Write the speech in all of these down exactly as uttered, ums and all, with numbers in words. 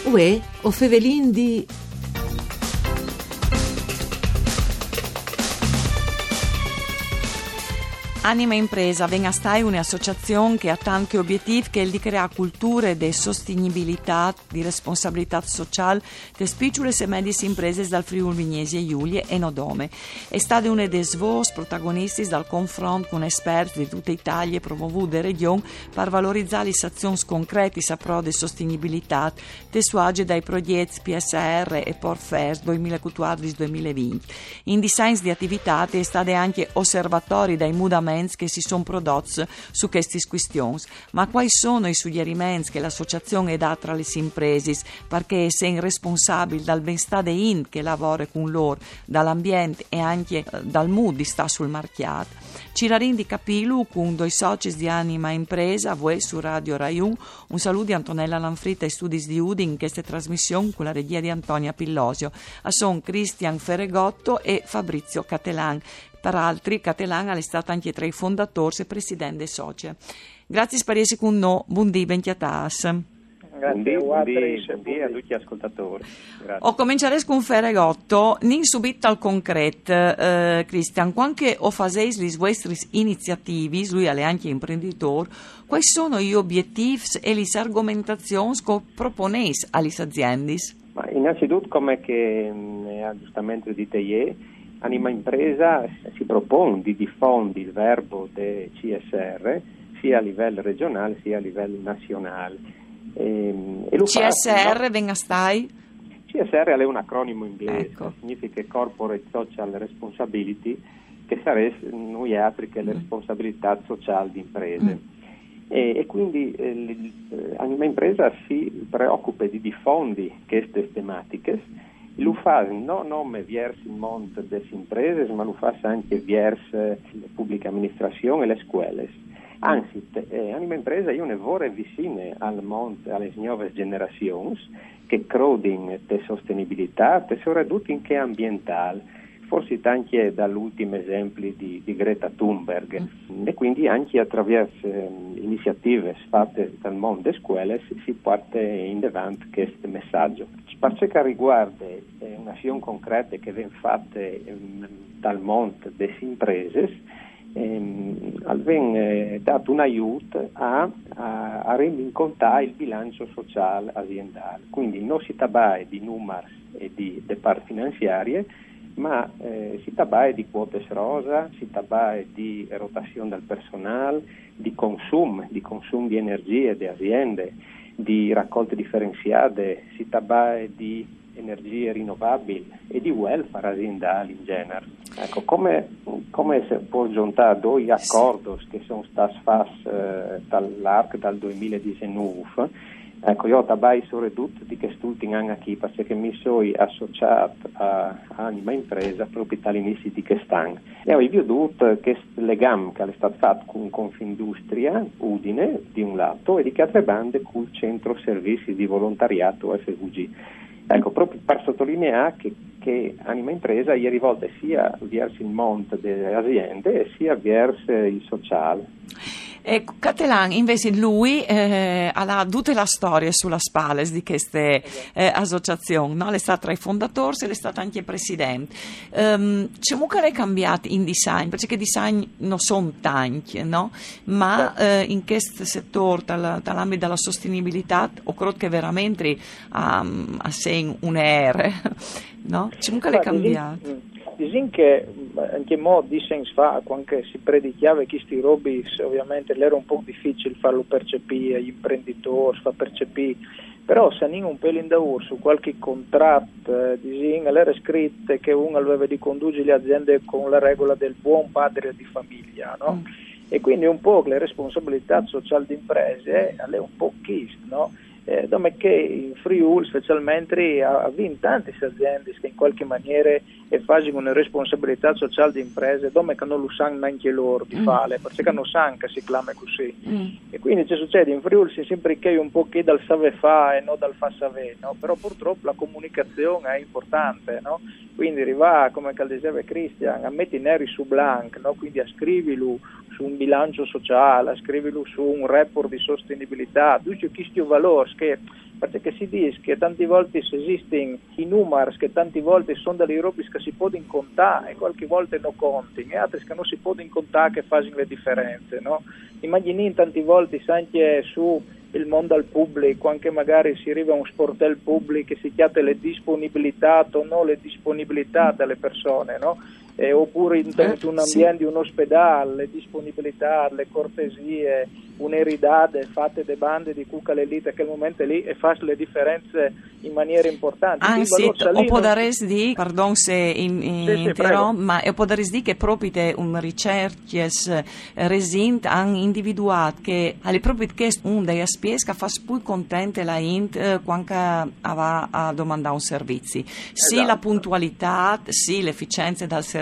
Uè, o fevelin di... Anima Impresa venga stai un'associazione che ha tanti obiettivi, che è il di creare culture di sostenibilità, di responsabilità sociale di piccole e medie imprese dal Friuli Vignesi e Giulie e Nodome. È stata una dei svos protagonisti dal confronto con esperti di tutta Italia e promovuto da regione per valorizzare le azioni concrete a pro di sostenibilità tesuage dai progetti P S R e Portfairs duemilaquattordici duemilaventi. In design di attività è stata anche osservatori dai mudamenti che si sono prodotti su queste questioni. Ma quali sono i suggerimenti che l'associazione dà tra le imprese perché essendo responsabili dal benestare in che lavora con loro, dall'ambiente e anche dal mood di sta sul marchiato? Ci rarindi capillo con due soci di Anima Impresa, voi su Radio Rai uno. Un saluto di Antonella Lanfritta e Studi di Udin in questa trasmissione con la regia di Antonia Pillosio. A son Cristian Feregotto e Fabrizio Catelan. Per altri, Catelan è stato anche tra i fondatori e presidente socia. Grazie per essere con noi, buondì, bentiatas. Grazie a tutti gli ascoltatori. Grazie. Ho cominciato con Feregotto, non subito al concreto, eh, Cristian, quando ho fatto le vostre iniziative, lui è anche imprenditore, quali sono gli obiettivi e le argomentazioni che proponete alle aziende? Ma innanzitutto, come che mh, giustamente dite ieri, Anima Impresa si propone di diffondere il verbo del C S R sia a livello regionale sia a livello nazionale. E, e lo C S R, fa, no? venga stai? C S R è un acronimo inglese, Ecco. Significa Corporate Social Responsibility, che sarebbe noi altri che le responsabilità sociali di imprese. Mm. E, e quindi eh, Anima Impresa si preoccupa di diffondere queste tematiche. Lo fa non nome verso il mondo delle imprese, ma lo fa anche verso le pubbliche amministrazioni e le scuole. Anzi, eh, Anima Impresa io ne vorrei vicine al mondo, alle nuove generazioni che credono di sostenibilità, e soprattutto in che ambientale. Forse anche dall'ultimo esempio di, di Greta Thunberg mm. e quindi anche attraverso eh, iniziative fatte dal mondo delle scuole si, si porta in avanti questo messaggio. Per ciò che riguarda eh, un'azione concreta che viene fatta eh, dal mondo delle imprese, ehm, viene eh, dato un aiuto a, a, a rendicontare il bilancio sociale aziendale. Quindi non si tratta di numeri e di, di parti finanziarie, ma eh, si tratta di quote rosa, si tratta di rotazione del personale, di consumo, di consumo di energie di aziende, di raccolte differenziate, si tratta di energie rinnovabili e di welfare aziendale in genere. Ecco, come, come si può giuntare due accordi che sono stati fatti eh, dall'A R C dal duemiladiciannove. Ecco, io tabai soprattutto di quest'ultimo anno qui, perché mi sono associato a Anima Impresa proprio dall'inizio di quest'anno. E ho veduto questo legame che è stato fatto con Confindustria, Udine, di un lato, e di altre bande con il Centro Servizi di Volontariato F V G. Ecco, proprio per sottolineare che, che Anima Impresa è rivolta sia verso il mondo delle aziende sia verso il sociale. E Catelan invece lui eh, ha tutta la storia sulla spalla di queste eh, associazioni, no? È stato tra i fondatori e è stato anche presidente. Um, c'è molto è cambiato in design, perché design non sono tanti, no? Ma eh, in questo settore dall'ambito della sostenibilità ho credo che veramente um, ha segno un'era, no? C'è molto è cambiato. Disin che anche mo di senso fa, quando si predicava che questi robi ovviamente era un po' difficile farlo percepire agli imprenditori, fa percepire, però se non un pelo in davvero su qualche contratto, eh, disin, era scritto che uno aveva di condurre le aziende con la regola del buon padre di famiglia, no? Mm. E quindi un po' le responsabilità sociali di imprese è un po' chist, no? Eh, dove che in Friuli specialmente ha vinto tante aziende che in qualche maniera fanno una responsabilità sociale di imprese dove che non lo sanno neanche loro di fare, perché non sanno che si chiama così. Mm. E quindi ci succede in Friuli si sempre che un po' che dal save fa e non dal fa save, no? Però purtroppo la comunicazione è importante, no? Quindi arriva, come diceva Cristian, a mettere neri su blanco, no? Quindi a scrivilo su un bilancio sociale, a scrivilo su un report di sostenibilità, tutti questi valori che perché si dice che tante volte esistono i numeri che tante volte sono delle robe che si possono contare e qualche volta non conti, e altre che non si possono contare che fanno le differenze, no? Immagini tante volte anche su il mondo al pubblico, anche magari si arriva a un sportello pubblico e si chiede le disponibilità o no le disponibilità delle persone, no? Eh, oppure in eh, un ambiente, sì. Un ospedale, le disponibilità, le cortesie, un'eridade fatte de bande di cuca l'elite che al momento è lì e fa le differenze in maniera importante. Ah, sì, o può dare di, pardon se in, in sì, sì, intero, ma può dare di che proprio un ricerches resint han individuato che alle proprie che un dei aspies che fa più contente la int quando va a domandare un servizio. Sì, esatto. La puntualità, sì, l'efficienza dal servizio,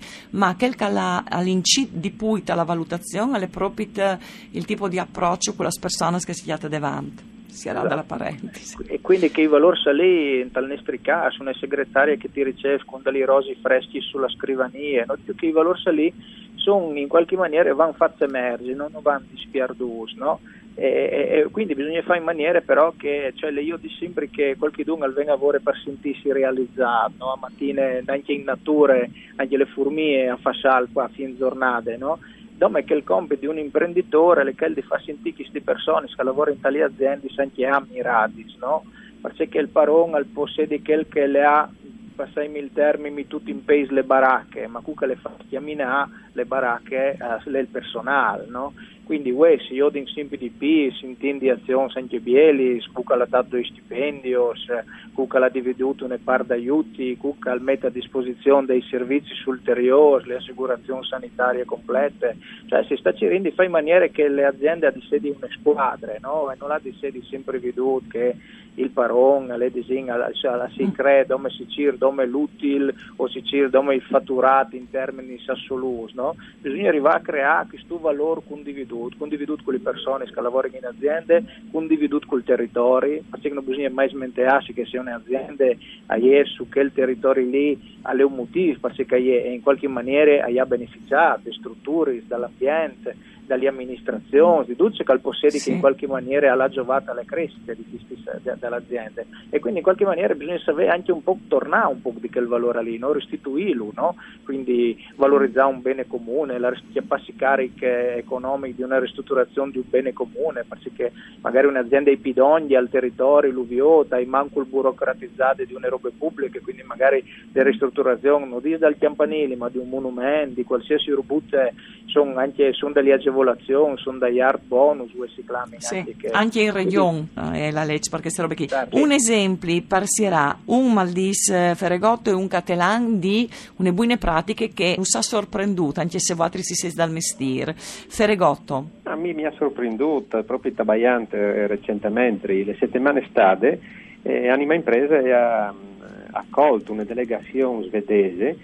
ma quel che all'incit di più la valutazione alle proprie il tipo di approccio con le persone che si chiamano davanti. Si era dalla parentesi. E quindi che i valori salì tal nostri casi, una segretaria che ti riceve con dei rosi freschi sulla scrivania, no? Che i valori salì sono in qualche maniera vanno fatti emergere, non vanno dispiardus, no? E, e, e quindi bisogna fare in maniera però che, cioè io dico sempre che qualcuno venga a lavoro per sentirsi realizzato, no? A mattine anche in natura, anche le formiche a fasciare qua a fin giornate, no? Dome che il compito di un imprenditore è quello di far sentire queste persone che lavorano in tali aziende anche ammirati, no? Perché il paron al possede quel che le ha, passai il termini, tutti in paese le baracche, ma che le fa chiamare le baracche eh, il personale, no? Quindi uè, si odin sempre di più, si intende azioni anche bieli, Cuca l'ha dato i stipendi, Cuca l'ha dividuto una parte d'aiuti, Cuca l'ha mette a disposizione dei servizi ulteriori, le assicurazioni sanitarie complete, cioè si sta cercando di fare in maniera che le aziende hanno di sedi una squadra, no? E non ha di sedi sempre veduto che il paron, le disegna, la, la si crea, dove si cir, dove l'utile o si cir, dove il fatturato in termini assoluti, no? Bisogna arrivare a creare questo valore condividuto, condividuto con le persone che lavorano in aziende, condividuto con il territorio, perché non bisogna mai smentirsi che se un'azienda ha su quel territorio lì ha un motivo, perché in qualche maniera ha beneficiato dalle strutture, dall'ambiente, dalle amministrazioni, di tutto che possedi sì. Che in qualche maniera ha la giovata alle crescite di questi, dell'azienda, e quindi in qualche maniera bisogna sapere anche un po' tornare un po' di quel valore lì, no? Restituirlo, no? Quindi valorizzare un bene comune, la passi cariche economiche di una ristrutturazione di un bene comune, perché magari un'azienda è pidogni al territorio, l'uviota, i manco il burocratizzato di una robe pubbliche, quindi magari le ristrutturazioni non dice dal campanile ma di un monumento, di qualsiasi robuzze, sono anche sono delle agevolazioni, sono degli art bonus, si chiamano sì, anche, che, anche in regione quindi, è la legge perché queste robe qui. Certo. Un esempio parserà un Maldis Feregotto e un Catelan di une buone pratiche che non sa sorprenduto anche se voi si siete dal mestiere. Feregotto. A me mi ha sorprenduto proprio Tabaiante recentemente, le settimane state, eh, Anima Impresa ha accolto una delegazione svedese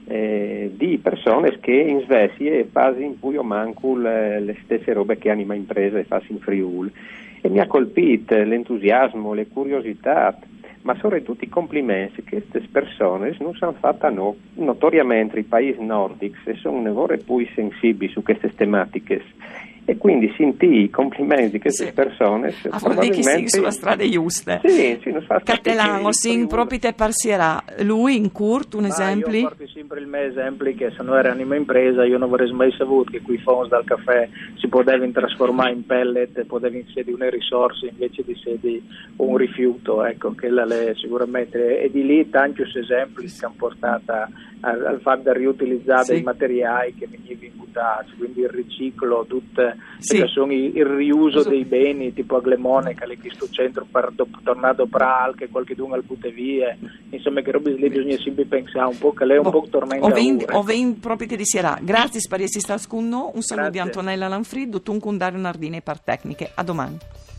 eh, di persone che in Svezia fanno in cui manco le, le stesse robe che Anima Impresa e fa in Friuli, e mi ha colpito l'entusiasmo, le curiosità, ma soprattutto i complimenti che queste persone non sono fatte no, notoriamente i paesi nordici e sono lavori più sensibili su queste tematiche. E quindi sentì i complimenti di queste sì. persone a probabilmente sì, sulla strada giusta. Sì, sì, non fa Catalano, sì, in proprio te parserà lui in Kurt un ah, esempio. Io porto sempre il mio esempio che se non era Anima Impresa io non avrei mai saputo che quei fondi dal caffè si potevano trasformare in pellet e potevano inserire una risorsa invece di sedi un rifiuto, ecco, che la le sicuramente e di lì tanti esempi che hanno portato al, al fatto di riutilizzare sì. dei materiali che venivano buttati, quindi il riciclo, tutte sì. sono il, il riuso so. dei beni tipo Aglemone che è questo centro per do, tornato pral che qualche dunque al butte via, insomma che robe lì bisogna sempre pensare un po' che lei è un po' tormenta o ven proprio di sera. Grazie per essere stato con noi, un saluto di Antonella Lanfrido, tu un Dario Nardini per tecniche, a domani.